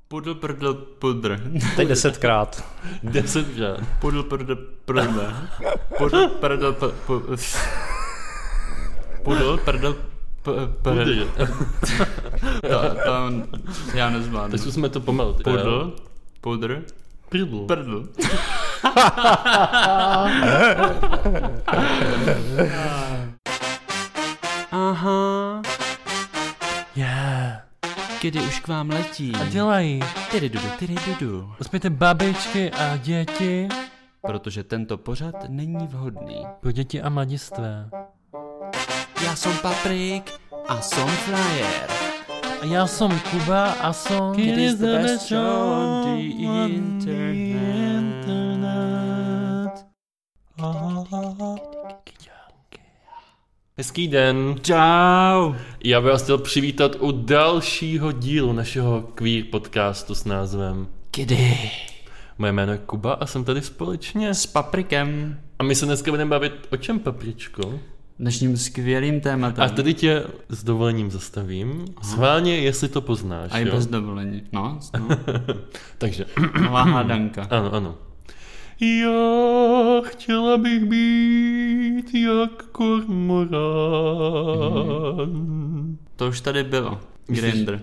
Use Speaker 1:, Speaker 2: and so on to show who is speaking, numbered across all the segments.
Speaker 1: Pudl, prdl, pudr.
Speaker 2: Teď 10krát.
Speaker 3: 10krát.
Speaker 1: Pudl, prdl, prdl. Pudl, prdl, pudl, prdl, prdl. To já nezvládnu.
Speaker 3: Tak jsme to pomalu.
Speaker 1: Pudl, pudr,
Speaker 3: Prdl.
Speaker 1: prdl. Aha.
Speaker 2: Yeah.
Speaker 1: Kdy už k vám letí.
Speaker 2: A dělají.
Speaker 1: Tyrydudu.
Speaker 2: Uspějte babičky a děti.
Speaker 1: Protože tento pořad není vhodný.
Speaker 2: Pro děti a mladistvé.
Speaker 1: Já jsem Paprik a jsem Flyer.
Speaker 2: A já jsem Kuba a jsem...
Speaker 1: It is the best show on the internet.
Speaker 3: Hezký den.
Speaker 1: Čau.
Speaker 3: Já bych vás chtěl přivítat u dalšího dílu našeho queer podcastu s názvem
Speaker 1: Kdy?
Speaker 3: Moje jméno je Kuba a jsem tady společně
Speaker 1: S Paprikem.
Speaker 3: A my se dneska budeme bavit o čem, Papričko?
Speaker 1: Dnešním skvělým tématem.
Speaker 3: A tady tě s dovolením zastavím. Schválně, jestli to poznáš.
Speaker 1: A i
Speaker 3: jo?
Speaker 1: bez dovolení. No.
Speaker 3: Takže.
Speaker 1: Nová hádanka.
Speaker 3: Ano. Já chtěla bych být jak kormorán.
Speaker 1: To už tady bylo. Grindr.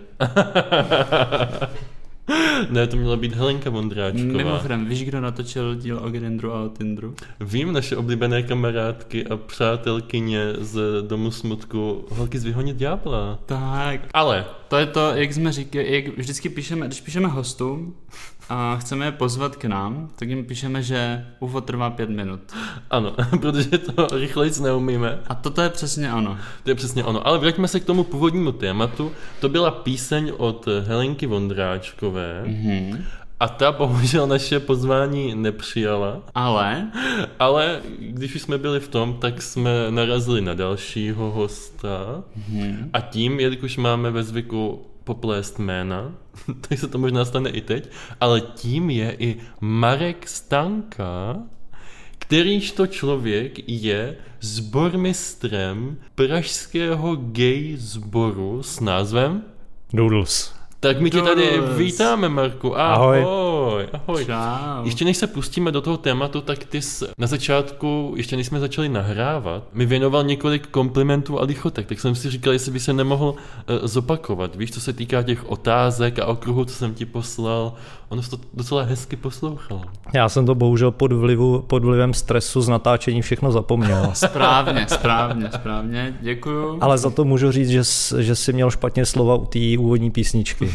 Speaker 3: Ne, to měla být Helenka Vondráčková.
Speaker 1: Mimochodem, víš, kdo natočil díl o Grindru a o Tindru?
Speaker 3: Vím, naše oblíbené kamarádky a přátelkyně z Domu smutku Holky z Vyhonit ďábla.
Speaker 1: Tak.
Speaker 3: Ale
Speaker 1: To je to, jak jsme říkali, jak vždycky píšeme, když píšeme hostům a chceme je pozvat k nám, tak jim píšeme, že úvod trvá 5 minut.
Speaker 3: ano, protože to rychlejc neumíme.
Speaker 1: A toto je přesně ono.
Speaker 3: To je přesně ono. Ale vraťme se k tomu původnímu tématu. To byla píseň od Helenky Vondráčkové.
Speaker 1: Mhm.
Speaker 3: A ta bohužel naše pozvání nepřijala. Ale když už jsme byli v tom, tak jsme narazili na dalšího hosta.
Speaker 1: Mhm.
Speaker 3: A tím, jelikož máme ve zvyku poplést jména, tak se to možná stane i teď, ale tím je i Marek Stanka, kterýž to člověk je sbormistrem pražského gay sboru s názvem
Speaker 2: Doodles.
Speaker 3: Tak my tě tady vítáme, Marku. Ahoj.
Speaker 1: Čau.
Speaker 3: Ještě než se pustíme do toho tématu, tak ty jsi na začátku, ještě než jsme začali nahrávat, mi věnoval několik komplimentů a lichotek, tak jsem si říkal, jestli by se nemohl zopakovat. Víš, co se týká těch otázek a okruhů, co jsem ti poslal. Ono se to docela hezky poslouchalo.
Speaker 2: Já jsem to bohužel pod vlivem stresu z natáčení všechno zapomněl.
Speaker 1: Správně, děkuju.
Speaker 2: Ale za to můžu říct, že jsi měl špatně slova u té úvodní písničky.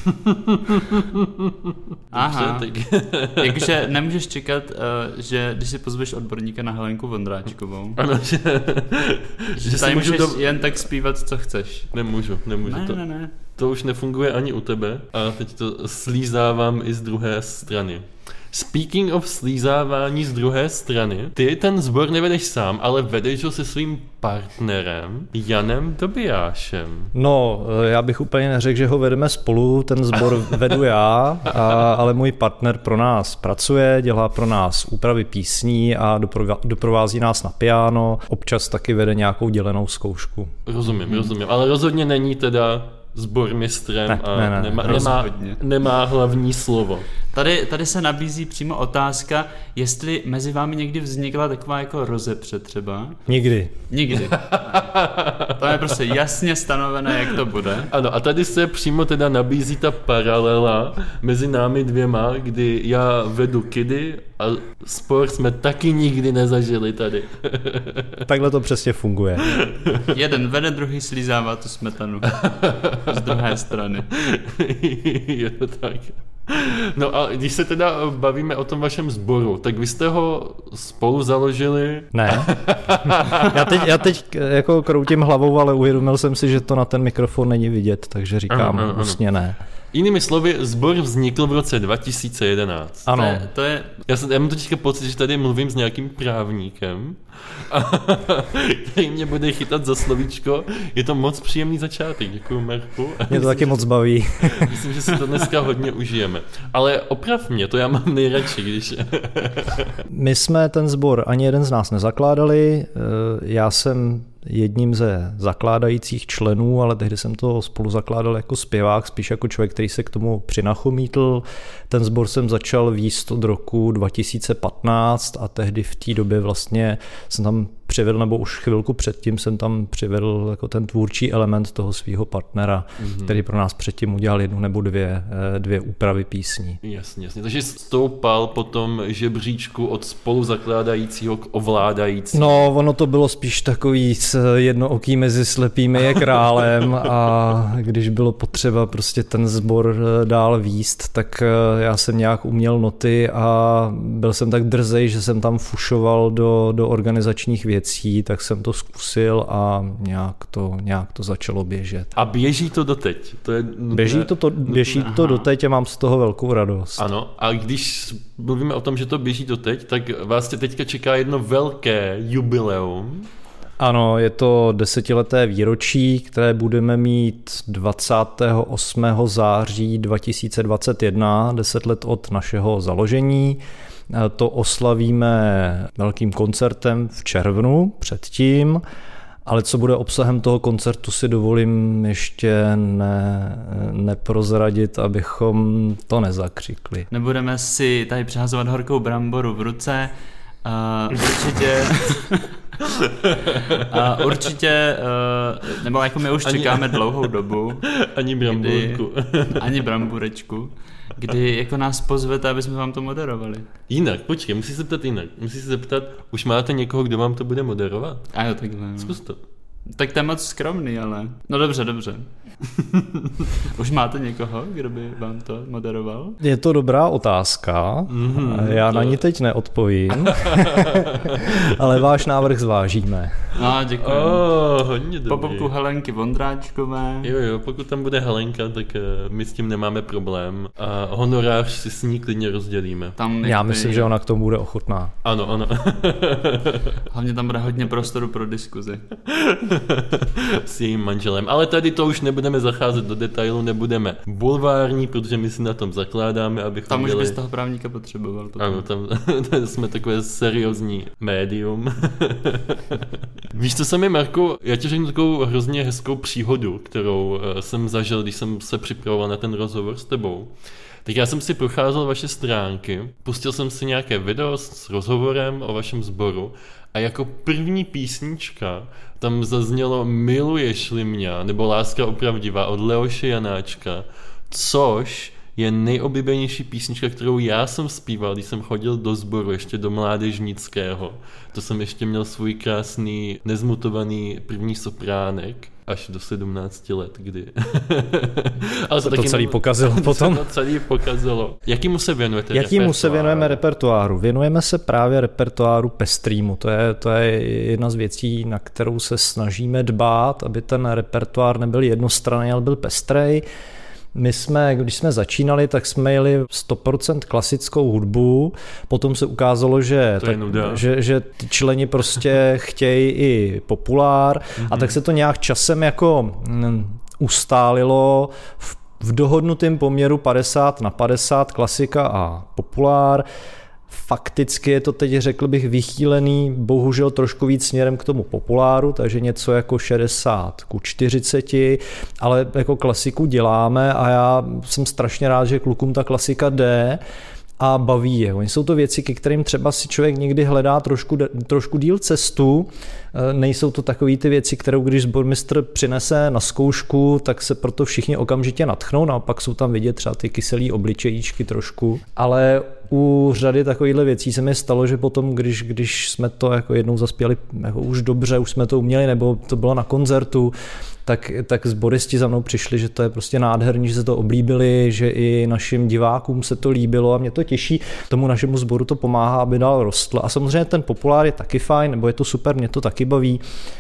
Speaker 1: Aha, takže nemůžeš čekat, že když si pozveš odborníka na Helenku Vondráčkovou,
Speaker 3: Ano,
Speaker 1: že tady můžeš jen tak zpívat, co chceš.
Speaker 3: Nemůžu.
Speaker 1: Ne.
Speaker 3: To už nefunguje ani u tebe a teď to slízávám i z druhé strany. Speaking of slízávání z druhé strany, ty ten sbor nevedeš sám, ale vedeš ho se svým partnerem Janem Dobijášem.
Speaker 2: No, já bych úplně neřekl, že ho vedeme spolu, ten sbor vedu já, ale můj partner pro nás pracuje, dělá pro nás úpravy písní a doprovází nás na piano, občas taky vede nějakou dělenou zkoušku.
Speaker 3: Rozumím, ale rozhodně není teda sbormistrem a nemá hlavní slovo.
Speaker 1: Tady se nabízí přímo otázka, jestli mezi vámi někdy vznikla taková jako rozepře třeba.
Speaker 2: Nikdy.
Speaker 1: To je prostě jasně stanovené, jak to bude.
Speaker 3: Ano, a tady se přímo teda nabízí ta paralela mezi námi dvěma, kdy já vedu Kidy a spor jsme taky nikdy nezažili tady.
Speaker 2: Takhle to přesně funguje.
Speaker 1: Jeden vede, druhý slízává tu smetanu z druhé strany.
Speaker 3: Je to tak. No a když se teda bavíme o tom vašem sboru, tak vy jste ho spolu založili?
Speaker 2: Ne. Já teď jako kroutím hlavou, ale uvědomil jsem si, že to na ten mikrofon není vidět, takže říkám vlastně ne.
Speaker 3: Jinými slovy, sbor vznikl v roce 2011.
Speaker 2: Ano.
Speaker 1: To je...
Speaker 3: Já mám totiž pocit, že tady mluvím s nějakým právníkem, který mě bude chytat za slovíčko. Je to moc příjemný začátek, děkuju, Marku.
Speaker 2: Mě to taky moc baví.
Speaker 3: Myslím, že si to dneska hodně užijeme. Ale oprav mě, to já mám nejradši, když...
Speaker 2: My jsme ten sbor ani jeden z nás nezakládali. Já jsem jedním ze zakládajících členů, ale tehdy jsem to spolu zakládal jako zpěvák, spíš jako člověk, který se k tomu přinachomítl. Ten sbor jsem začal vést od roku 2015 a tehdy v té době vlastně jsem tam přivedl, nebo už chvilku předtím jsem tam přivedl jako ten tvůrčí element toho svého partnera, který pro nás předtím udělal jednu nebo dvě úpravy písní.
Speaker 3: Jasně. Takže stoupal potom žebříčku od spoluzakládajícího k ovládajícímu.
Speaker 2: No, ono to bylo spíš takový jednooký mezi slepými je králem a když bylo potřeba prostě ten sbor dál vést, tak já jsem nějak uměl noty a byl jsem tak drzej, že jsem tam fušoval do organizačních věcí, tak jsem to zkusil a nějak to začalo běžet.
Speaker 3: A běží to doteď? To je
Speaker 2: běží to doteď a mám z toho velkou radost.
Speaker 3: Ano, a když mluvíme o tom, že to běží doteď, tak vás teďka čeká jedno velké jubileum.
Speaker 2: Ano, je to 10leté výročí, které budeme mít 28. září 2021, 10 let od našeho založení. To oslavíme velkým koncertem v červnu předtím, ale co bude obsahem toho koncertu, si dovolím ještě neprozradit, abychom to nezakřikli.
Speaker 1: Nebudeme si tady přehazovat horkou bramboru v ruce. Určitě, nebo jako my už čekáme dlouhou dobu.
Speaker 3: Ani bramburku.
Speaker 1: Ani bramburečku. Kdy jako nás pozvete, aby jsme vám to moderovali.
Speaker 3: Jinak, počkej, musíš se zeptat jinak. Musíš se zeptat, už máte někoho, kdo vám to bude moderovat?
Speaker 1: A jo, takhle.
Speaker 3: Zkus to.
Speaker 1: Tak to je moc skromný, ale... No dobře. Už máte někoho, kdo by vám to moderoval?
Speaker 2: Je to dobrá otázka. Já na ní teď neodpovím. Ale váš návrh zvážíme.
Speaker 1: No, děkuji.
Speaker 3: Hodně dobrý.
Speaker 1: Po boku Helenky Vondráčkové.
Speaker 3: Jo, pokud tam bude Helenka, tak my s tím nemáme problém. A honorář si s ní klidně rozdělíme.
Speaker 2: Já myslím, že ona k tomu bude ochotná.
Speaker 3: Ano.
Speaker 1: Hlavně tam bude hodně prostoru pro diskuzi.
Speaker 3: S jejím manželem. Ale tady to už nebudeme zacházet do detailu, nebudeme bulvární, protože my si na tom zakládáme, abychom
Speaker 1: tam už bys toho právníka potřeboval.
Speaker 3: Ano, tam jsme takové seriózní médium. Víš, co se mi, Marku, já ti řeknu takovou hrozně hezkou příhodu, kterou jsem zažil, když jsem se připravoval na ten rozhovor s tebou. Tak já jsem si procházel vaše stránky, pustil jsem si nějaké video s rozhovorem o vašem sboru a jako první písnička tam zaznělo Miluješ-li mě, nebo Láska opravdivá od Leoše Janáčka, což je nejoblíbenější písnička, kterou já jsem zpíval, když jsem chodil do sboru, ještě do mládežnického. To jsem ještě měl svůj krásný, nezmutovaný první sopránek, až do 17 let, kdy. Ale
Speaker 2: to celý pokazilo potom.
Speaker 3: To celý pokazilo. Jakýmu se věnujete?
Speaker 2: Jakýmu se věnujeme repertoáru? Věnujeme se právě repertoáru pestrýmu. To je jedna z věcí, na kterou se snažíme dbát, aby ten repertoár nebyl jednostranný, ale byl pestrej. My jsme, když jsme začínali, tak jsme jeli 100% klasickou hudbu, potom se ukázalo, že ty členi prostě chtějí i populár a tak se to nějak časem jako ustálilo v dohodnutém poměru 50/50 klasika a populár. Fakticky je to teď, řekl bych, vychýlený bohužel trošku víc směrem k tomu populáru, takže něco jako 60/40, ale jako klasiku děláme a já jsem strašně rád, že klukům ta klasika jde a baví je. Oni jsou to věci, ke kterým třeba si člověk někdy hledá trošku díl cestu. Nejsou to takové ty věci, kterou když sbormistr přinese na zkoušku, tak se proto všichni okamžitě nadchnou, naopak jsou tam vidět třeba ty kyselý obličejíčky trošku, ale u řady takovýchhle věcí se mi stalo, že potom, když jsme to jako jednou zaspěli jako už dobře, už jsme to uměli, nebo to bylo na koncertu, tak sboristi za mnou přišli, že to je prostě nádherný, že se to oblíbili, že i našim divákům se to líbilo a mě to těší. Tomu našemu sboru to pomáhá, aby dál rostl. A samozřejmě ten populár je taky fajn, nebo je to super, mě to taky baví.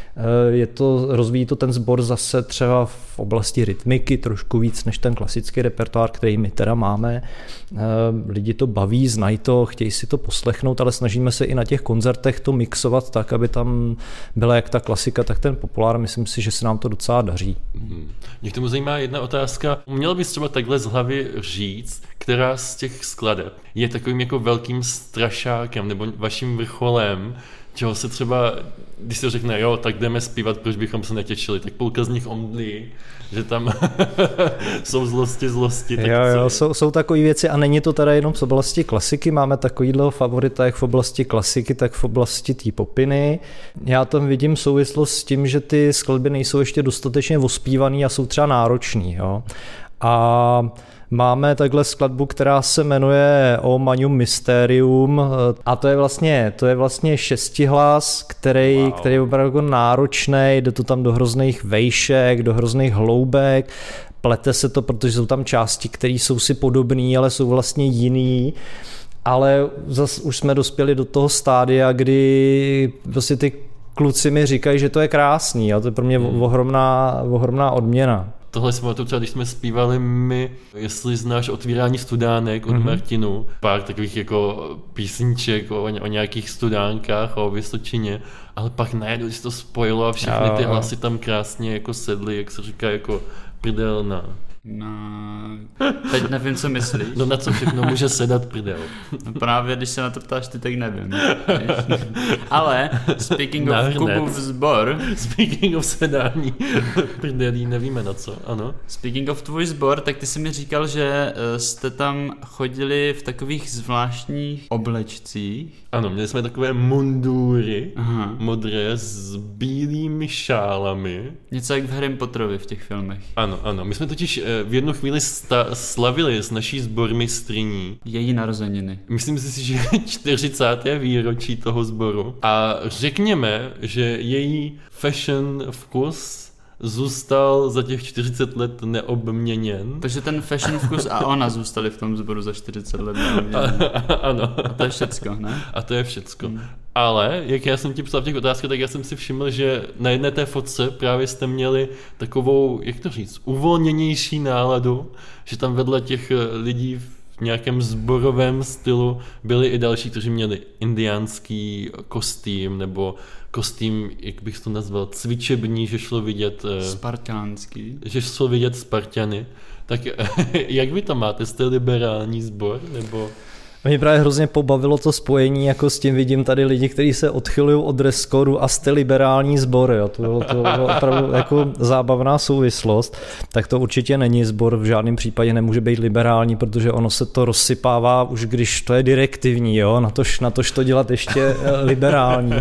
Speaker 2: Rozvíjí to ten sbor zase třeba v oblasti rytmiky trošku víc než ten klasický repertoár, který my teda máme. Lidi to baví, znají to, chtějí si to poslechnout, ale snažíme se i na těch koncertech to mixovat tak, aby tam byla jak ta klasika, tak ten populár. Myslím si, že se nám to docela daří.
Speaker 3: Mě k tomu zajímá jedna otázka. Měl bys třeba takhle z hlavy říct, která z těch skladeb je takovým jako velkým strašákem nebo vaším vrcholem čeho se třeba, když se řekne, jo, tak jdeme zpívat, proč bychom se netěšili, tak půlka z nich omdlí, že tam jsou zlosti. Tak
Speaker 2: jo, jsou takové věci a není to teda jenom z oblasti klasiky, máme takovýhle favorita jak v oblasti klasiky, tak v oblasti té popiny. Já tam vidím souvislost s tím, že ty skladby nejsou ještě dostatečně ospívaný a jsou třeba náročný. Jo. A máme takhle skladbu, která se jmenuje O Magnum Mysterium a to je vlastně šestihlas, který je opravdu náročný, jde to tam do hrozných vejšek, do hrozných hloubek, plete se to, protože jsou tam části, které jsou si podobné, ale jsou vlastně jiný. Ale zase už jsme dospěli do toho stádia, kdy vlastně ty kluci mi říkají, že to je krásný a to je pro mě ohromná odměna.
Speaker 3: Tohle jsme to třeba, když jsme zpívali my, jestli znáš Otvírání studánek od Martinu, pár takových jako písniček o nějakých studánkách a o Vysočině, ale pak najednou si to spojilo a všechny ty hlasy tam krásně jako sedly, jak se říká, jako prdel.
Speaker 1: No, teď nevím, co myslíš.
Speaker 3: No na co všechno může sedat prdel.
Speaker 1: No právě, když se na to ptáš, ty tak nevím. Ale speaking of Kubův sbor.
Speaker 3: Speaking of sedání prdelí, nevíme na co, ano.
Speaker 1: Speaking of tvůj sbor, tak ty jsi mi říkal, že jste tam chodili v takových zvláštních oblečcích.
Speaker 3: Ano, měli jsme takové mundury modré s bílými šálami. Něco jak v Harry Potterovi v těch filmech. Ano, my jsme totiž v jednu chvíli slavili s naší sbormistryní
Speaker 1: její narozeniny.
Speaker 3: Myslím si, že 40. výročí toho sboru. A řekněme, že její fashion vkus zůstal za těch 40 let neobměněn.
Speaker 1: Takže ten fashion vkus a ona zůstali v tom sboru za 40 let neobměněn.
Speaker 3: Ano.
Speaker 1: A to je všecko, ne?
Speaker 3: A to je všecko. Ale, jak já jsem ti psal v těch otázkách, tak já jsem si všiml, že na jedné té fotce právě jste měli takovou, jak to říct, uvolněnější náladu, že tam vedle těch lidí v nějakém sborovém stylu byli i další, kteří měli indiánský kostým, nebo kostým, jak bych to nazval, cvičební, že šlo vidět...
Speaker 1: Spartánský.
Speaker 3: Že šlo vidět Spartany. Tak jak vy to máte? Jste liberální sbor, nebo...
Speaker 2: Mě právě hrozně pobavilo to spojení, jako s tím vidím tady lidi, kteří se odchylují od dress codu a jste liberální sbor. Jo. To bylo opravdu jako zábavná souvislost. Tak to určitě není sbor, v žádném případě nemůže být liberální, protože ono se to rozsypává už když to je direktivní, jo. Natož to dělat ještě liberální.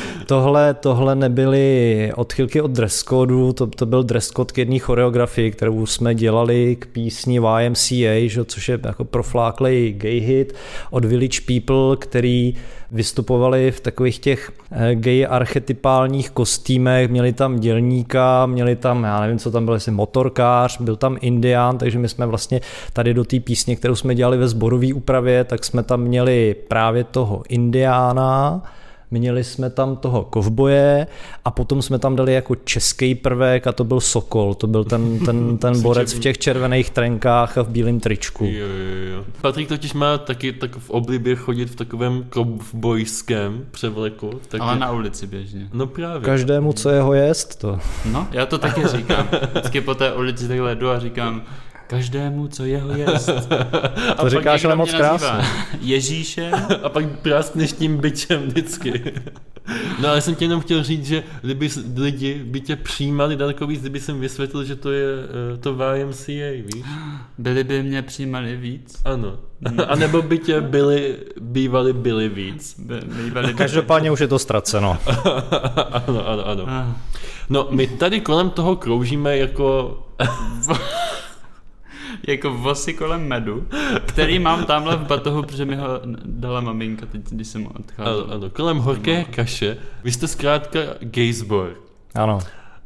Speaker 2: Tohle nebyly odchylky od dress codu, to byl dress code k jedné choreografii, kterou jsme dělali k písni YMCA, že, což je jako profláklej gay hit od Village People, který vystupovali v takových těch gay archetypálních kostýmech, měli tam dělníka, měli tam, já nevím, co tam byl, jestli motorkář, byl tam indián, takže my jsme vlastně tady do té písně, kterou jsme dělali ve sborové úpravě, tak jsme tam měli právě toho indiána, měli jsme tam toho kovboje a potom jsme tam dali jako český prvek a to byl Sokol, to byl ten borec v těch červených trenkách a v bílém tričku.
Speaker 3: Jo. Patrik totiž má taky tak v oblibě chodit v takovém kovbojském převleku. Taky...
Speaker 1: Ale na ulici běžně.
Speaker 3: No právě.
Speaker 2: Každému, co jeho jest, to.
Speaker 1: No, já to taky říkám. Vždycky po té ulici takhle jdu a říkám, každému, co jeho jest.
Speaker 2: To říkáš ale moc krásně.
Speaker 1: Ježíše.
Speaker 3: A pak práskneš tím bičem vždycky. No ale jsem tě jenom chtěl říct, že kdyby lidi by tě přijímali daleko víc, kdyby jsem vysvětlil, že to je to YMCA, víš?
Speaker 1: Byli by mě přijímali víc?
Speaker 3: Ano. A nebo by tě bývali víc.
Speaker 2: Každopádně už je to ztraceno.
Speaker 3: Ano. No, my tady kolem toho kroužíme jako...
Speaker 1: jako vosy kolem medu, který mám tamhle v batohu, protože mi ho dala maminka teď, když jsem odcházel.
Speaker 3: Ano, kolem horké kaše. Vy jste zkrátka gay sbor.
Speaker 2: Ano.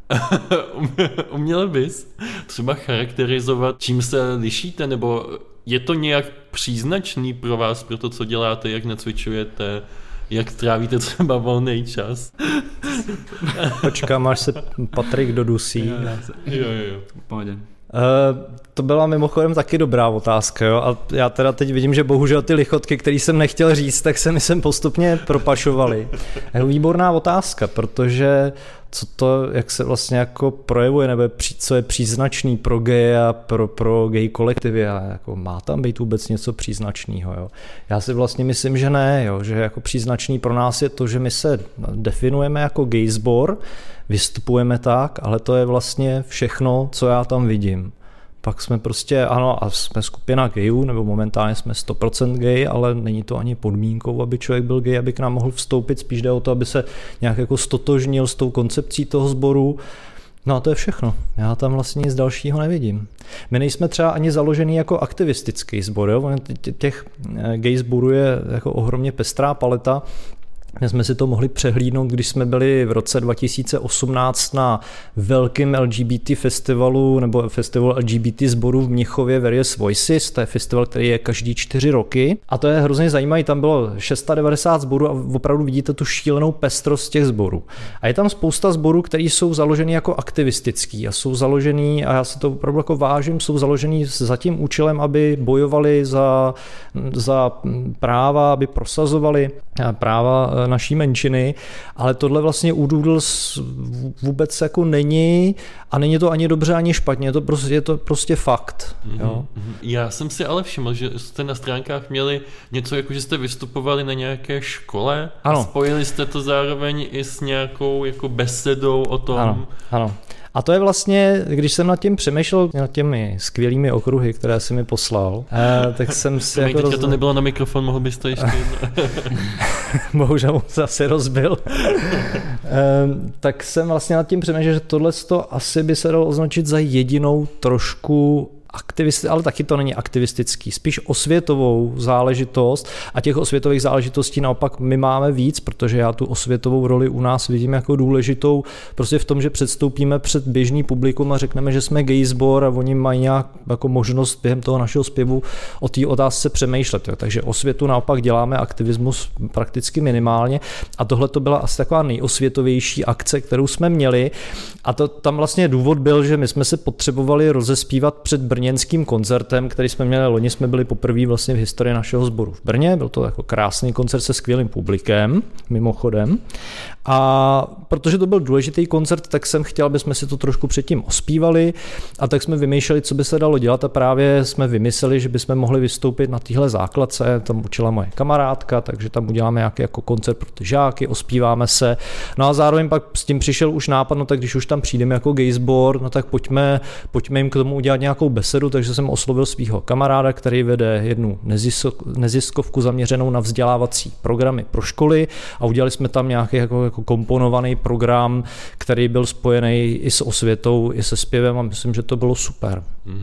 Speaker 3: Uměl bys třeba charakterizovat, čím se lišíte, nebo je to nějak příznačný pro vás, pro to, co děláte, jak nacvičujete, jak trávíte třeba volný čas?
Speaker 2: Počkám, až se Patrik dodusí.
Speaker 3: Jo.
Speaker 1: Pohodě.
Speaker 2: To byla mimochodem taky dobrá otázka, jo? A já teda teď vidím, že bohužel ty lichotky, které jsem nechtěl říct, tak se mi sem postupně propašovaly. Výborná otázka, protože jak se vlastně jako projevuje, nebo co je příznačný pro gay a pro gay kolektivy a jako má tam být vůbec něco příznačného. Jo? Já si vlastně myslím, že ne, jo? Že jako příznačný pro nás je to, že my se definujeme jako gay sbor, vystupujeme tak, ale to je vlastně všechno, co já tam vidím. Pak jsme prostě, ano, a jsme skupina gayů, nebo momentálně jsme 100% gay, ale není to ani podmínkou, aby člověk byl gay, aby k nám mohl vstoupit, spíš jde o to, aby se nějak jako stotožnil s tou koncepcí toho sboru. No a to je všechno. Já tam vlastně nic dalšího nevidím. My nejsme třeba ani založený jako aktivistický sbor, jo? Těch gay sborů je jako ohromně pestrá paleta. My jsme si to mohli přehlídnout, když jsme byli v roce 2018 na velkým LGBT festivalu nebo festivalu LGBT sborů v Mnichově Various Voices, to je festival, který je každý 4 roky a to je hrozně zajímavé, tam bylo 690 sborů a opravdu vidíte tu šílenou pestrost těch sborů. A je tam spousta sborů, které jsou založený jako aktivistický a jsou založený, a já si to opravdu jako vážím, jsou založený za tím účelem, aby bojovali za práva, aby prosazovali práva naší menšiny, ale tohle vlastně u Doodles vůbec jako není a není to ani dobře, ani špatně, je to prostě fakt. Jo?
Speaker 3: Já jsem si ale všiml, že jste na stránkách měli něco jako, že jste vystupovali na nějaké škole a spojili jste to zároveň i s nějakou jako besedou o tom.
Speaker 2: Ano. A to je vlastně, když jsem nad tím přemýšlel, nad těmi skvělými okruhy, které jsi mi poslal, tak jsem si jako
Speaker 3: to nebylo na mikrofon, mohl bys to ještě
Speaker 2: bohužel zase rozbil. Tak jsem vlastně nad tím přemýšlel, že tohle asi by se dalo označit za jedinou trošku ale taky to není aktivistický, spíš osvětovou záležitost a těch osvětových záležitostí naopak my máme víc, protože já tu osvětovou roli u nás vidím jako důležitou prostě v tom, že předstoupíme před běžný publikum a řekneme, že jsme gay sbor a oni mají nějak jako možnost během toho našeho zpěvu o té otázce přemýšlet. Jo. Takže osvětu naopak děláme, aktivismus prakticky minimálně a tohle to byla asi taková nejosvětovější akce, kterou jsme měli a tam vlastně důvod byl, že my jsme se potřebovali rozespívat před brněnským koncertem, který jsme měli loni, jsme byli poprvé vlastně v historii našeho sboru v Brně, byl to jako krásný koncert se skvělým publikem, mimochodem. A protože to byl důležitý koncert, tak jsem chtěl, aby jsme si to trošku předtím ospívali a tak jsme vymýšleli, co by se dalo dělat a právě jsme vymysleli, že bychom mohli vystoupit na téhle základce, tam učila moje kamarádka, takže tam uděláme nějaký jako koncert pro ty žáky, ospíváme se. No a zároveň pak s tím přišel už nápad, no tak když už tam přijdeme jako gay sbor, no tak pojďme jim k tomu udělat nějakou besedu, takže jsem oslovil svého kamaráda, který vede jednu neziskovku zaměřenou na vzdělávací programy pro školy a udělali jsme tam nějaký jako komponovaný program, který byl spojený i s osvětou, i se zpěvem a myslím, že to bylo super.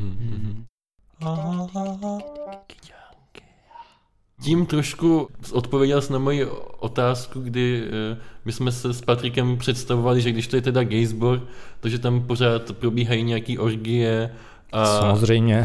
Speaker 3: Tím trošku odpověděl jsi na moji otázku, kdy my jsme se s Patrikem představovali, že když to je teda gay sbor, to, že tam pořád probíhají nějaký orgie.
Speaker 2: Samozřejmě.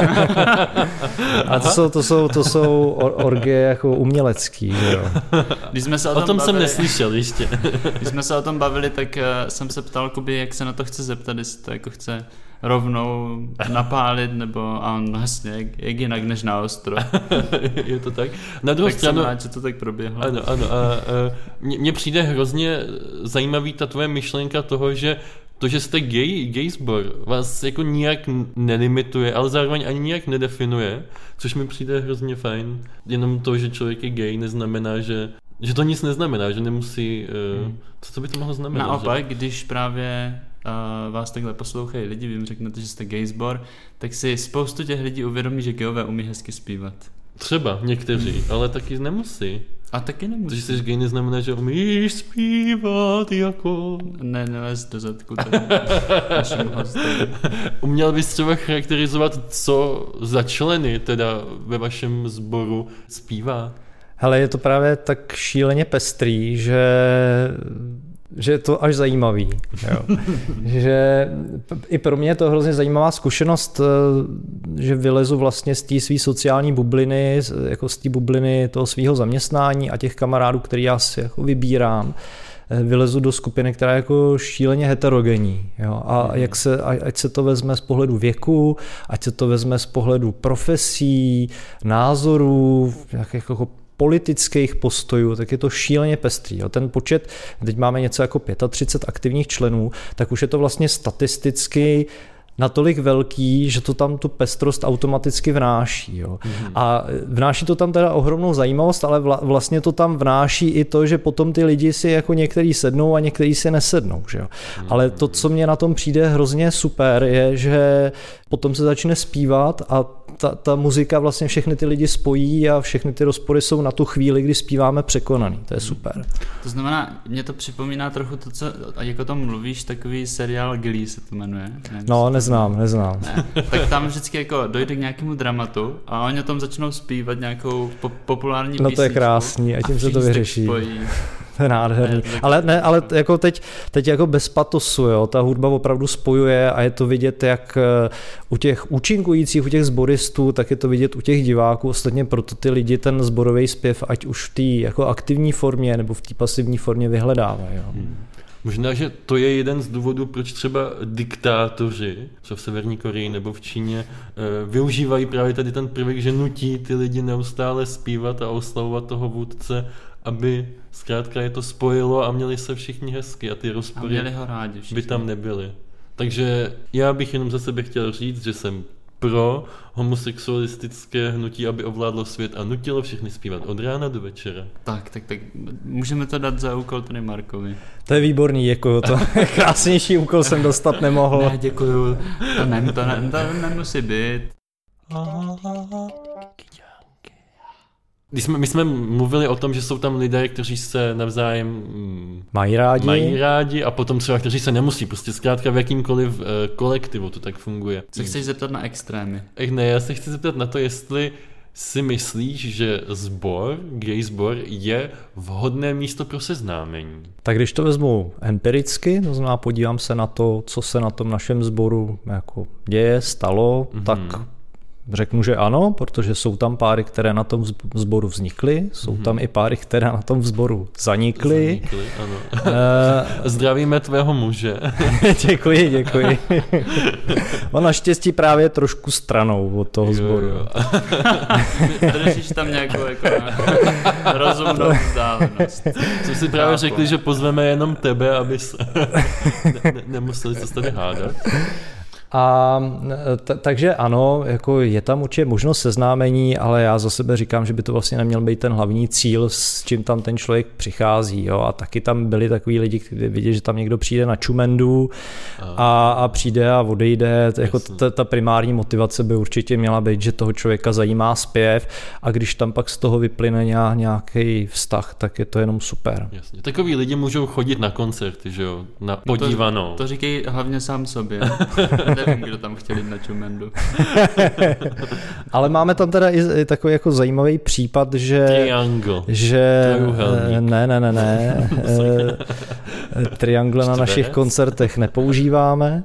Speaker 2: A to jsou orgie jako umělecký, že jo.
Speaker 1: Když jsme se
Speaker 3: o tom jsem neslyšel ještě.
Speaker 1: Když jsme se o tom bavili, tak jsem se ptal Kuby, jak se na to chce zeptat, jestli to jako chce rovnou napálit, nebo a on jasně, jak jinak než na ostro.
Speaker 3: Je to tak? Na druhou
Speaker 1: tak
Speaker 3: stranu,
Speaker 1: jsem rád, že to tak proběhlo.
Speaker 3: Ano. Mně přijde hrozně zajímavý ta tvoje myšlenka toho, že to, že jste gay sbor, vás jako nijak nelimituje, ale zároveň ani nijak nedefinuje, což mi přijde hrozně fajn. Jenom to, že člověk je gay, neznamená, že to nic neznamená, že nemusí... Co by to mohlo znamenat?
Speaker 1: Naopak, když právě vás takhle poslouchají lidi, vy jim řeknete, že jste gay sbor, tak si spoustu těch lidí uvědomí, že gayové umí hezky zpívat.
Speaker 3: Třeba někteří, ale taky nemusí.
Speaker 1: A taky nemusí.
Speaker 3: Protože jsi gay neznamená, že umíš zpívat jako...
Speaker 1: Nelez do zadku našim hostem.
Speaker 3: Uměl bys třeba charakterizovat, co za členy teda ve vašem sboru zpívá?
Speaker 2: Hele, je to právě tak šíleně pestrý, že je to až zajímavý. Jo. Že i pro mě je to hrozně zajímavá zkušenost, že vylezu vlastně z té své sociální bubliny, jako z té bubliny toho svého zaměstnání a těch kamarádů, který já si jako vybírám, vylezu do skupiny, která je jako šíleně heterogenní. Jo. A ať se to vezme z pohledu věku, ať se to vezme z pohledu profesí, názorů, jako politických postojů, tak je to šíleně pestrý. Jo. Ten počet, teď máme něco jako 35 aktivních členů, tak už je to vlastně statisticky natolik velký, že to tam tu pestrost automaticky vnáší. Jo. A vnáší to tam teda ohromnou zajímavost, ale vlastně to tam vnáší i to, že potom ty lidi si jako některý sednou a některý si nesednou. Že jo. Ale to, co mě na tom přijde hrozně super, je, že potom se začne zpívat a ta muzika vlastně všechny ty lidi spojí a všechny ty rozpory jsou na tu chvíli, kdy zpíváme překonaný. To je super.
Speaker 1: To znamená, mě to připomíná trochu to, co, jak o tom mluvíš, takový seriál Glee se to jmenuje.
Speaker 2: No, neznám.
Speaker 1: Ne. Tak tam vždycky jako dojde k nějakému dramatu a oni o tom začnou zpívat nějakou populární písničku.
Speaker 2: No to je krásný a tím se to vyřeší. To je nádherný. Ale jako teď jako bez patosu, jo, ta hudba opravdu spojuje a je to vidět jak u těch účinkujících, u těch sboristů, tak je to vidět u těch diváků. Ostatně proto ty lidi ten sborový zpěv, ať už v té jako aktivní formě nebo v té pasivní formě vyhledávají. Jo.
Speaker 3: Možná, že to je jeden z důvodů, proč třeba diktátoři, co v Severní Koreji nebo v Číně, využívají právě tady ten prvek, že nutí ty lidi neustále zpívat a oslavovat toho vůdce, aby zkrátka je to spojilo a měli se všichni hezky a ty rozpory by tam nebyly. Takže já bych jenom za sebe chtěl říct, že jsem pro homosexualistické hnutí, aby ovládlo svět a nutilo všechny zpívat od rána do večera. Tak
Speaker 1: můžeme to dát za úkol tady Markovi.
Speaker 2: To je výborný, děkuju, to krásnější úkol jsem dostat nemohl.
Speaker 1: Ne, děkuju, to nemusí být.
Speaker 3: My jsme mluvili o tom, že jsou tam lidé, kteří se navzájem
Speaker 2: mají rádi
Speaker 3: a potom třeba, kteří se nemusí, prostě zkrátka v jakýmkoliv kolektivu to tak funguje.
Speaker 1: Se chceš zeptat na extrémy?
Speaker 3: Ne, já se chci zeptat na to, jestli si myslíš, že gay sbor je vhodné místo pro seznámení.
Speaker 2: Tak když to vezmu empiricky, to znamená podívám se na to, co se na tom našem sboru jako děje, stalo, tak řeknu, že ano, protože jsou tam páry, které na tom sboru vznikly, jsou tam i páry, které na tom sboru zanikly.
Speaker 3: Ano. Zdravíme tvého muže.
Speaker 2: Děkuji. On naštěstí právě trošku stranou od toho sboru.
Speaker 1: Držíš tam nějakou jako rozumnou vzdálenost.
Speaker 3: Jsme si právě řekli, že pozveme jenom tebe, aby nemuseli se s tady hádat.
Speaker 2: A takže ano, jako je tam určitě možnost seznámení, ale já za sebe říkám, že by to vlastně neměl být ten hlavní cíl, s čím tam ten člověk přichází. Jo? A taky tam byli takový lidi, kteří vidí, že tam někdo přijde na čumendu a přijde a odejde. Jako ta primární motivace by určitě měla být, že toho člověka zajímá zpěv a když tam pak z toho vyplyne nějaký vztah, tak je to jenom super.
Speaker 3: Jasně. Takový lidi můžou chodit na koncerty, že jo? Na podívanou.
Speaker 1: To říkej hlavně sám sobě. Nevím, kdo tam chtěl jít na čumendu.
Speaker 2: Ale máme tam teda i takový jako zajímavý případ, že...
Speaker 3: Triangle.
Speaker 2: Ne. Triangle na našich koncertech nepoužíváme.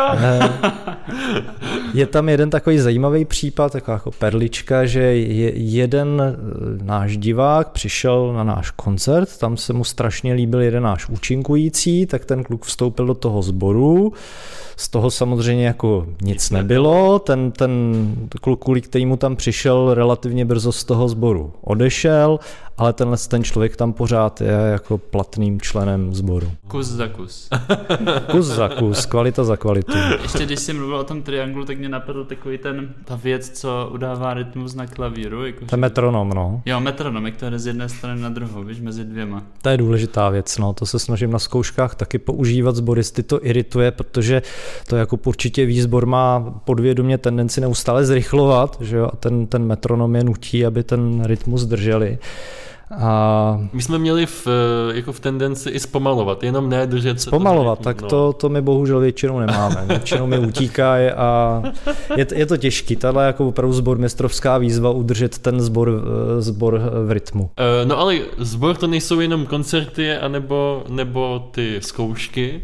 Speaker 2: Je tam jeden takový zajímavý případ, taková jako perlička, že jeden náš divák přišel na náš koncert, tam se mu strašně líbil jeden náš účinkující, tak ten kluk vstoupil do toho sboru. Z toho samozřejmě jako nic nebylo, ten kluk, kvůli kterému tam přišel, relativně brzo z toho sboru odešel, ale ten člověk tam pořád je jako platným členem sboru.
Speaker 1: Kus za kus.
Speaker 2: Kus za kus, kvalita za kvalitu.
Speaker 1: Ještě když jsi mluvil o tom trianglu, tak mě napadl takový ta věc, co udává rytmus na klavíru. Jako
Speaker 2: ten metronom, no.
Speaker 1: Jo, metronom, jak to jde z jedné strany na druhou, víš, mezi dvěma.
Speaker 2: To je důležitá věc, no, to se snažím na zkouškách taky používat, sboristy to irituje, protože to jako určitě výsbor má podvědomě tendenci neustále zrychlovat, že jo, a ten metronom je nutí, aby ten rytmus drželi. A
Speaker 3: my jsme měli v tendenci i zpomalovat, jenom ne držet se.
Speaker 2: Zpomalovat, tak to my bohužel většinou nemáme. Většinou mi utíká a je to těžký. Tahle jako opravdu sbormistrovská výzva udržet ten sbor v rytmu.
Speaker 3: No ale sbor to nejsou jenom koncerty nebo ty zkoušky.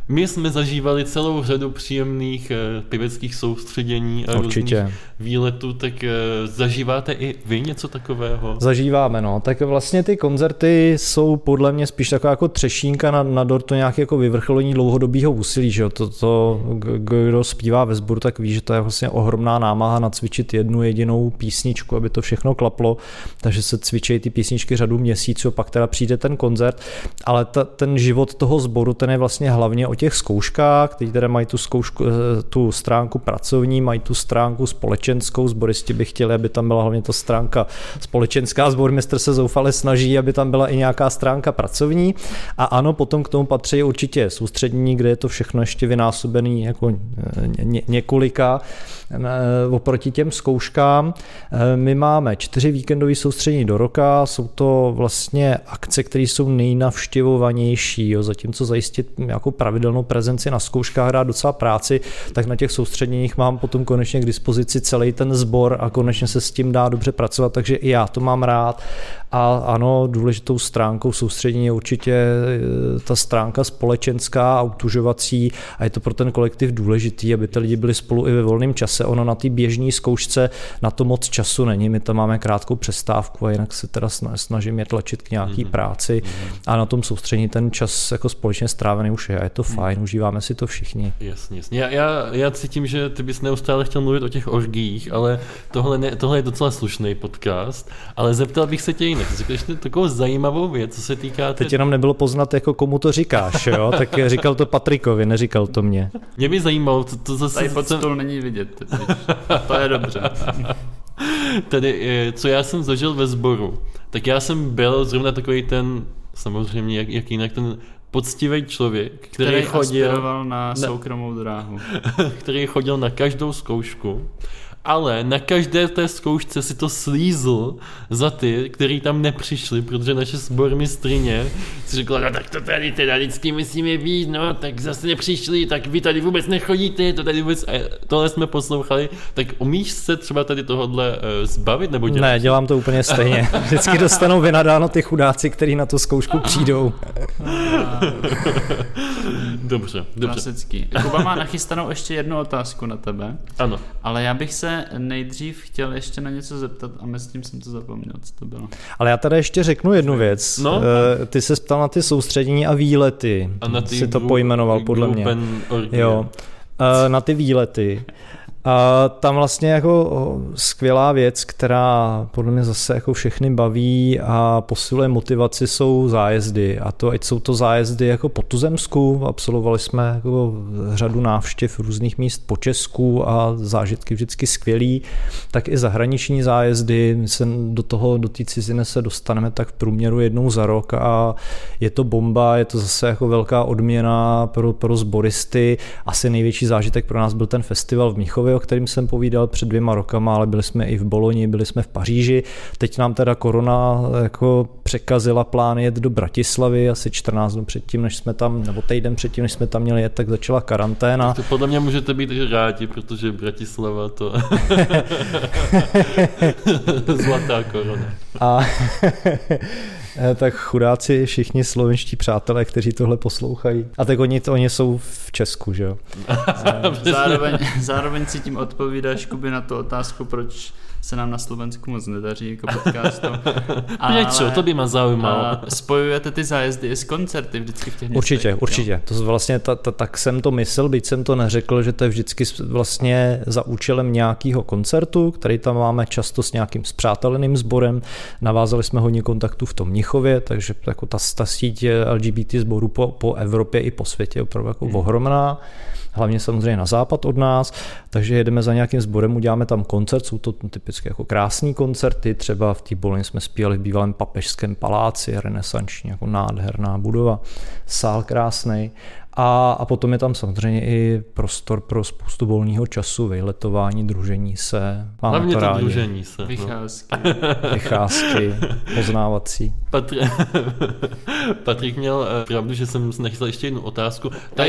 Speaker 3: my jsme zažívali celou řadu příjemných pěveckých soustředění a různých výletů, tak zažíváte i vy něco takového?
Speaker 2: Zažíváme, no. Tak vlastně ty koncerty jsou podle mě spíš taková jako třešínka na dort, to nějaké jako vyvrcholení dlouhodobého úsilí, že jo. To, kdo zpívá ve sboru, tak ví, že to je vlastně ohromná námaha nacvičit jednu jedinou písničku, aby to všechno klaplo, takže se cvičí ty písničky řadu měsíců, pak teda přijde ten koncert, ale ten život toho sboru, ten je vlastně hlavně o těch zkouškách, kteří teda mají tu stránku pracovní, mají tu stránku společenskou, sboristi by chtěli, aby tam byla hlavně ta stránka společenská, sbormistr se zoufale snaží, aby tam byla i nějaká stránka pracovní a ano, potom k tomu patří určitě soustředění, kde je to všechno ještě vynásobený jako několika oproti těm zkouškám. My máme 4 víkendové soustředění do roka, jsou to vlastně akce, které jsou nejnavštěvovanější, jo. Zatímco zajistit nějakou pravidelnou prezenci na zkouškách dát docela práci, tak na těch soustředěních mám potom konečně k dispozici celý ten sbor a konečně se s tím dá dobře pracovat, takže i já to mám rád. A ano, důležitou stránkou soustředění je určitě ta stránka společenská a utužovací a je to pro ten kolektiv důležitý, aby ty lidi byli spolu i ve volném čase. Ono na té běžné zkoušce na to moc času není, my tam máme krátkou přestávku a jinak se teda snažím je tlačit k nějaký práci a na tom soustředění ten čas jako společně strávený už je a je to fajn, užíváme si to všichni.
Speaker 3: Jasně. Já cítím, že ty bys neustále chtěl mluvit o těch orgiích, ale tohle je docela slušný podcast, ale zeptal bych se tě jinak. Řekneš takovou zajímavou věc, co se týká...
Speaker 2: Teď jenom nebylo poznat, jako komu to říkáš, jo? Tak říkal to Patrikovi, neříkal to mě.
Speaker 3: Mě by zajímalo, to zase...
Speaker 1: Tady pod stůl není vidět. To je dobře.
Speaker 3: Tedy, co já jsem zažil ve sboru, tak já jsem byl zrovna takový ten, samozřejmě jak jinak, ten poctivý člověk, který
Speaker 1: aspiroval na soukromou dráhu.
Speaker 3: Který chodil na každou zkoušku, ale na každé té zkoušce si to slízl za ty, kteří tam nepřišli, protože naše sbormistryně si řekla, no tak to tady teda vždycky musíme být, no tak zase nepřišli, tak vy tady vůbec nechodíte, to tady vůbec, tohle jsme poslouchali, tak umíš se třeba tady tohodle zbavit, nebo dělat?
Speaker 2: Ne, dělám to úplně stejně. Vždycky dostanou vynadáno ty chudáci, kteří na tu zkoušku přijdou.
Speaker 3: Dobře.
Speaker 1: Klasický. Kuba má nachystanou ještě jednu otázku na tebe.
Speaker 3: Ano.
Speaker 1: Ale já bych se nejdřív chtěl ještě na něco zeptat a mezi tím jsem to zapomněl, co to bylo.
Speaker 2: Ale já tady ještě řeknu jednu věc. No? Ty se ptal na ty soustředění a výlety.
Speaker 3: A na ty
Speaker 2: si to pojmenoval podle mě. Jo. Na ty výlety. A tam vlastně jako skvělá věc, která podle mě zase jako všechny baví a posiluje motivaci, jsou zájezdy. A to, ať jsou to zájezdy jako po tuzemsku, absolvovali jsme jako řadu návštěv různých míst po Česku a zážitky vždycky skvělý, tak i zahraniční zájezdy. My se do té ciziny se dostaneme tak v průměru jednou za rok a je to bomba, je to zase jako velká odměna pro sboristy. Asi největší zážitek pro nás byl ten festival v Mnichově, o kterým jsem povídal před 2 rokama, ale byli jsme i v Boloni, byli jsme v Paříži. Teď nám teda korona jako překazila plán jet do Bratislavy, asi 14 dnů předtím, než jsme tam, nebo týden předtím, než jsme tam měli jet, tak začala karanténa.
Speaker 3: To podle mě můžete být rádi, protože Bratislava to zlatá korona.
Speaker 2: A tak chudáci všichni slovenští přátelé, kteří tohle poslouchají. A tak oni jsou v Česku, že jo?
Speaker 1: Zároveň si tím odpovídáš, Kuby, na tu otázku, proč se nám na Slovensku moc nedaří jako podcastu.
Speaker 3: Prečo? To by mě zajímalo.
Speaker 1: Spojujete ty zájezdy i s koncerty vždycky v těch městech?
Speaker 2: Určitě. Jo. To vlastně tak jsem to myslel, byť jsem to neřekl, že to je vždycky vlastně za účelem nějakého koncertu, který tam máme často s nějakým spřáteleným sborem. Navázali jsme hodně kontaktů v tom Mnichově, takže jako ta síť LGBT sborů po Evropě i po světě je opravdu jako ohromná. Hlavně samozřejmě na západ od nás, takže jedeme za nějakým sborem, uděláme tam koncert, jsou to typicky jako krásný koncerty, třeba v té Boloni jsme zpívali v bývalém Papežském paláci, renesanční, jako nádherná budova, sál krásnej. A potom je tam samozřejmě i prostor pro spoustu volného času, vyletování, družení se.
Speaker 3: Hlavně to družení se.
Speaker 2: Vycházky, poznávací.
Speaker 3: Patrik měl pravdu, že jsem nechtěl ještě jednu otázku.
Speaker 1: To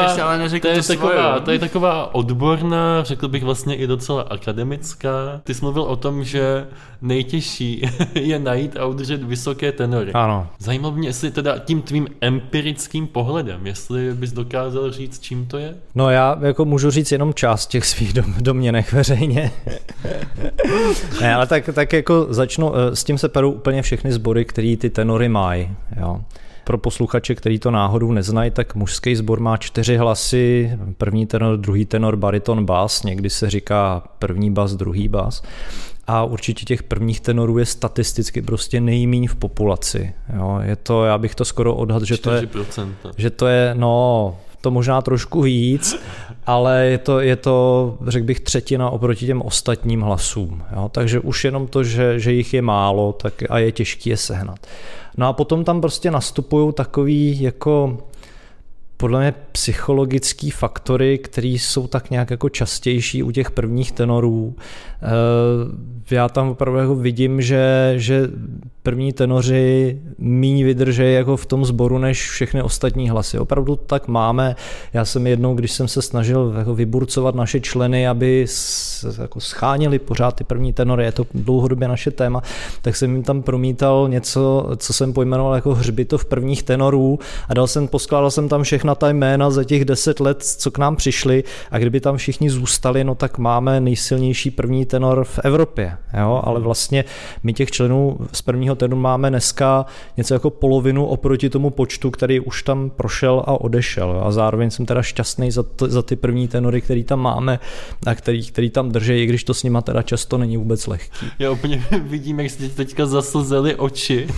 Speaker 3: je taková odborná, řekl bych vlastně i docela akademická. Ty jsi mluvil o tom, že nejtěžší je najít a udržet vysoké tenory.
Speaker 2: Ano.
Speaker 3: Zajímalo mě, jestli teda tím tvým empirickým pohledem, jestli bys bys dokázal říct, čím to je?
Speaker 2: No já jako můžu říct jenom část těch svých domněnek veřejně. Ne, ale tak jako začnu, s tím se perou úplně všechny sbory, který ty tenory mají. Jo. Pro posluchače, který to náhodou neznají, tak mužský sbor má 4 hlasy, první tenor, druhý tenor, bariton, bas, někdy se říká první bas, druhý bas. A určitě těch prvních tenorů je statisticky prostě nejmíň v populaci. Jo. Je to, já bych to skoro odhadl, že to je, no, to možná trošku víc, ale je to, řekl bych, 1/3 oproti těm ostatním hlasům. Jo. Takže už jenom to, že jich je málo, tak a je těžké je sehnat. No a potom tam prostě nastupují takový jako podle mě psychologický faktory, které jsou tak nějak jako častější u těch prvních tenorů. Já tam opravdu jako vidím, že první tenoři míň vydrží jako v tom sboru než všechny ostatní hlasy. Opravdu tak máme. Já jsem jednou, když jsem se snažil jako vyburcovat naše členy, aby jako schánili pořád ty první tenory, je to dlouhodobě naše téma, tak jsem jim tam promítal něco, co jsem pojmenoval jako hřbitov prvních tenorů a poskládal jsem tam všechna ta jména za těch 10 let, co k nám přišli a kdyby tam všichni zůstali, no tak máme nejsilnější první tenor v Evropě. Jo? Ale vlastně my těch členů z prvního tenoru máme dneska něco jako polovinu oproti tomu počtu, který už tam prošel a odešel. A zároveň jsem teda šťastný za ty první tenory, který tam máme a který tam drží, i když to s nima teda často není vůbec lehký.
Speaker 3: Já úplně vidím, jak jste teďka zaslzely oči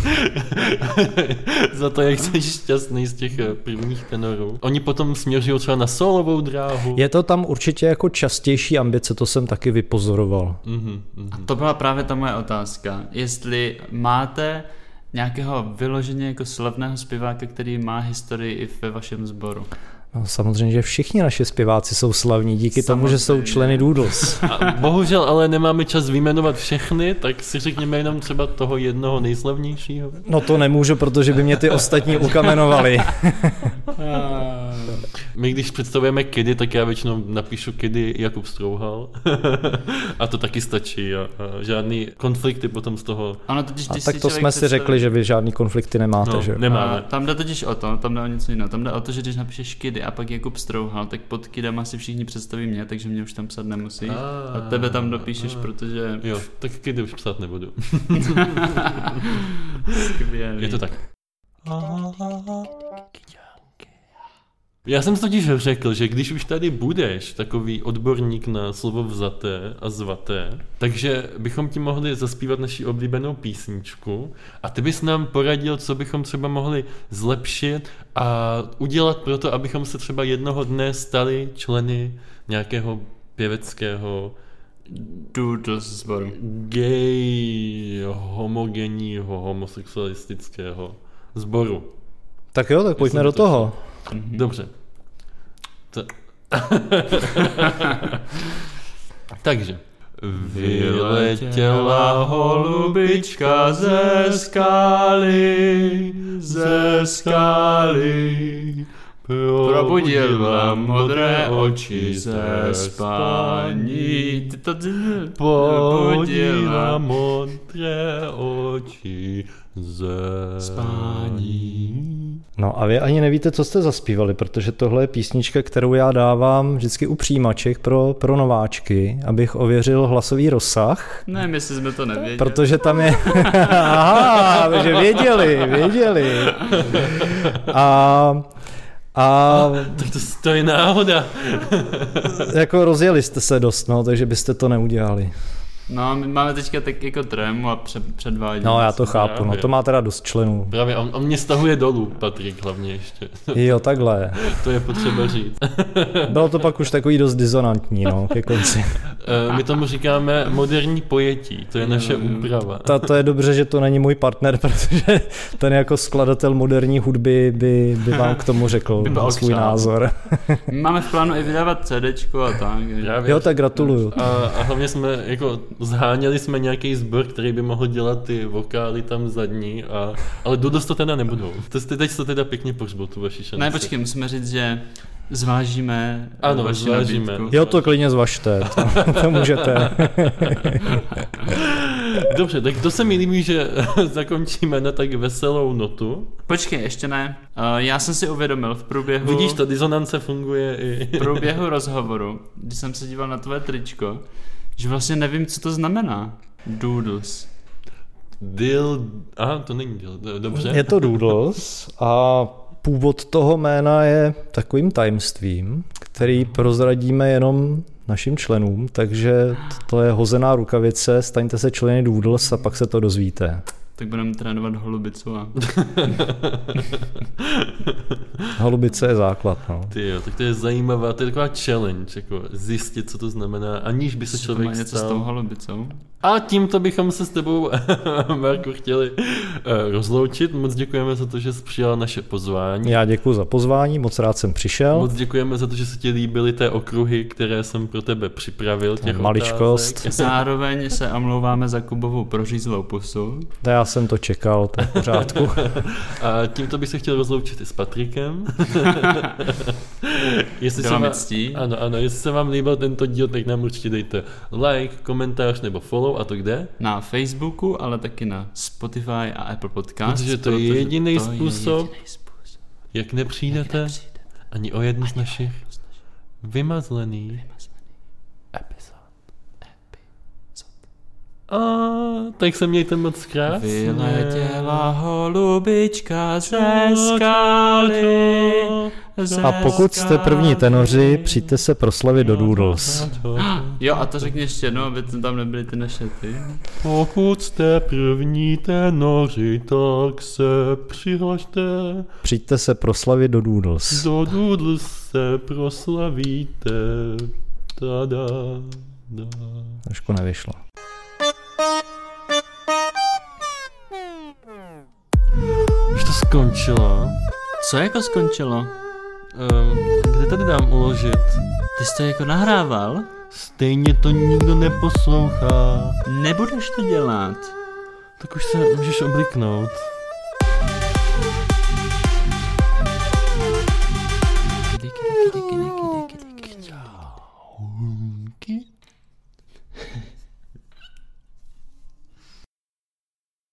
Speaker 3: za to, jak jsi šťastný z těch prvních tenorů. Oni potom směřují třeba na solovou dráhu.
Speaker 2: Je to tam určitě jako častější ambice, to jsem taky vypozoroval.
Speaker 1: A to byla právě ta moje otázka. Jestli máte nějakého vyloženě jako slavného zpěváka, který má historii i ve vašem sboru?
Speaker 2: No, samozřejmě, že všichni naši zpěváci jsou slavní díky tomu, že jsou členy Doodles.
Speaker 3: A bohužel ale nemáme čas vyjmenovat všechny, tak si řekněme jenom třeba toho jednoho nejslavnějšího.
Speaker 2: No to nemůžu, protože by mě ty ostatní ukamenovali.
Speaker 3: My když představujeme Kedy, tak já většinou napíšu Kedy Jakub Strouhal. A to taky stačí. A žádný konflikty potom z toho.
Speaker 1: Ano, totiž,
Speaker 2: a tak to jsme si řekli, že vy žádný konflikty nemáte.
Speaker 3: No,
Speaker 2: že?
Speaker 3: Nemáme.
Speaker 1: Tam jde totiž o to, tam jde o něco jiného. Tam jde o to, že když napíšeš Kedy a pak Jakub Strouhal, tak pod Kydama si všichni představí mě, takže mě už tam psat nemusí. A tebe tam dopíšeš, protože...
Speaker 3: Jo, tak Kedy už psát nebudu.
Speaker 1: Skvělý.
Speaker 3: Je to tak. Já jsem totiž řekl, že když už tady budeš takový odborník na slovo vzaté a zvaté, takže bychom ti mohli zaspívat naši oblíbenou písničku a ty bys nám poradil, co bychom třeba mohli zlepšit a udělat pro to, abychom se třeba jednoho dne stali členy nějakého pěveckého
Speaker 1: Doodles sboru.
Speaker 3: Gay, homogenního, homosexualistického sboru.
Speaker 2: Tak jo, tak pojďme do toho.
Speaker 3: Dobře. Takže.
Speaker 1: Vyletěla holubička ze skály, probudila modré oči ze spání.
Speaker 3: Probudila modré oči ze spání.
Speaker 2: No a vy ani nevíte, co jste zaspívali, protože tohle je písnička, kterou já dávám vždycky u přijímaček pro nováčky, abych ověřil hlasový rozsah.
Speaker 1: Ne, my jsme to nevěděli.
Speaker 2: Protože tam je... Aha, takže věděli. A
Speaker 3: to je náhoda.
Speaker 2: Jako rozjeli jste se dost, no, takže byste to neudělali.
Speaker 1: No, my máme teďka tak jako trému a předvádí.
Speaker 2: No, já to chápu, no, to má teda dost členů.
Speaker 3: Právě, on mě stahuje dolů, Patrik, hlavně ještě.
Speaker 2: Jo, takhle.
Speaker 3: To je potřeba říct.
Speaker 2: Bylo to pak už takový dost disonantní, no, ke konci.
Speaker 3: My tomu říkáme moderní pojetí, to je naše úprava.
Speaker 2: To je dobře, že to není můj partner, protože ten jako skladatel moderní hudby by vám k tomu řekl svůj názor.
Speaker 1: Máme v plánu i vydávat CDčko a tak.
Speaker 2: Jo, tak gratuluju.
Speaker 3: A hlavně jsme jako zháněli jsme nějaký sbor, který by mohl dělat ty vokály tam zadní, ale Doodles to teda nebudou. Teď to teda pěkně pohřbou, tu vaši šanci.
Speaker 1: Ne, počkej, musíme říct, že zvážíme
Speaker 3: zvážíme.
Speaker 2: Jo, to klidně zvažte, to můžete.
Speaker 3: Dobře, tak to se mi líbí, že zakončíme na tak veselou notu.
Speaker 1: Počkej, ještě ne. Já jsem si uvědomil v průběhu...
Speaker 3: Vidíš, ta disonance funguje i...
Speaker 1: V průběhu rozhovoru, když jsem se díval na tvoje tričko, že vlastně nevím, co to znamená. Doodles.
Speaker 3: To není dill, dobře.
Speaker 2: Je to Doodles a původ toho jména je takovým tajemstvím, který prozradíme jenom našim členům, takže to je hozená rukavice, staňte se členy Doodles a pak se to dozvíte.
Speaker 1: Tak budeme trénovat holubicu a...
Speaker 2: Holubice je základ, no.
Speaker 3: Tyjo, tak to je zajímavá, to je taková challenge, jako zjistit, co to znamená, aniž by se člověk
Speaker 1: něco s tou holubicou.
Speaker 3: A tímto bychom se s tebou, Marku, chtěli rozloučit. Moc děkujeme za to, že jsi přijal naše pozvání.
Speaker 2: Já děkuji za pozvání, moc rád jsem přišel.
Speaker 3: Moc děkujeme za to, že se ti líbily té okruhy, které jsem pro tebe připravil. Těch
Speaker 2: maličkost.
Speaker 1: Zároveň se omlouváme za Kubovou prořízlou pusu.
Speaker 2: Já jsem to čekal, to je v pořádku.
Speaker 3: A tímto bych se chtěl rozloučit i s Patrikem.
Speaker 1: Bylo mi ctí.
Speaker 3: Ano, jestli se vám líbil tento díl, tak nám určitě dejte like, komentář nebo follow. A to kde?
Speaker 1: Na Facebooku, ale taky na Spotify a Apple Podcast.
Speaker 3: Protože to je jediný způsob, jak nepřijdete ani o jednu z našich vymazlených epizod. Tak se mějte moc krásně.
Speaker 1: Vyletěla holubička ze skály.
Speaker 2: A pokud jste první tenoři, přijďte se proslavit do Doodles.
Speaker 1: Jo, a to řekni ještě jednou, aby tam nebyly ty naše ty.
Speaker 3: Pokud jste první tenoři, tak se přihlašte.
Speaker 2: Přijďte se proslavit do Doodles.
Speaker 3: Do Doodles se proslavíte.
Speaker 2: Trošku nevyšlo.
Speaker 3: Už to skončilo.
Speaker 1: Co jako skončilo?
Speaker 3: Kde tady dám uložit?
Speaker 1: Ty jsi to jako nahrával?
Speaker 3: Stejně to nikdo neposlouchá.
Speaker 1: Nebudeš to dělat.
Speaker 3: Tak už se můžeš obliknout.
Speaker 1: Díky.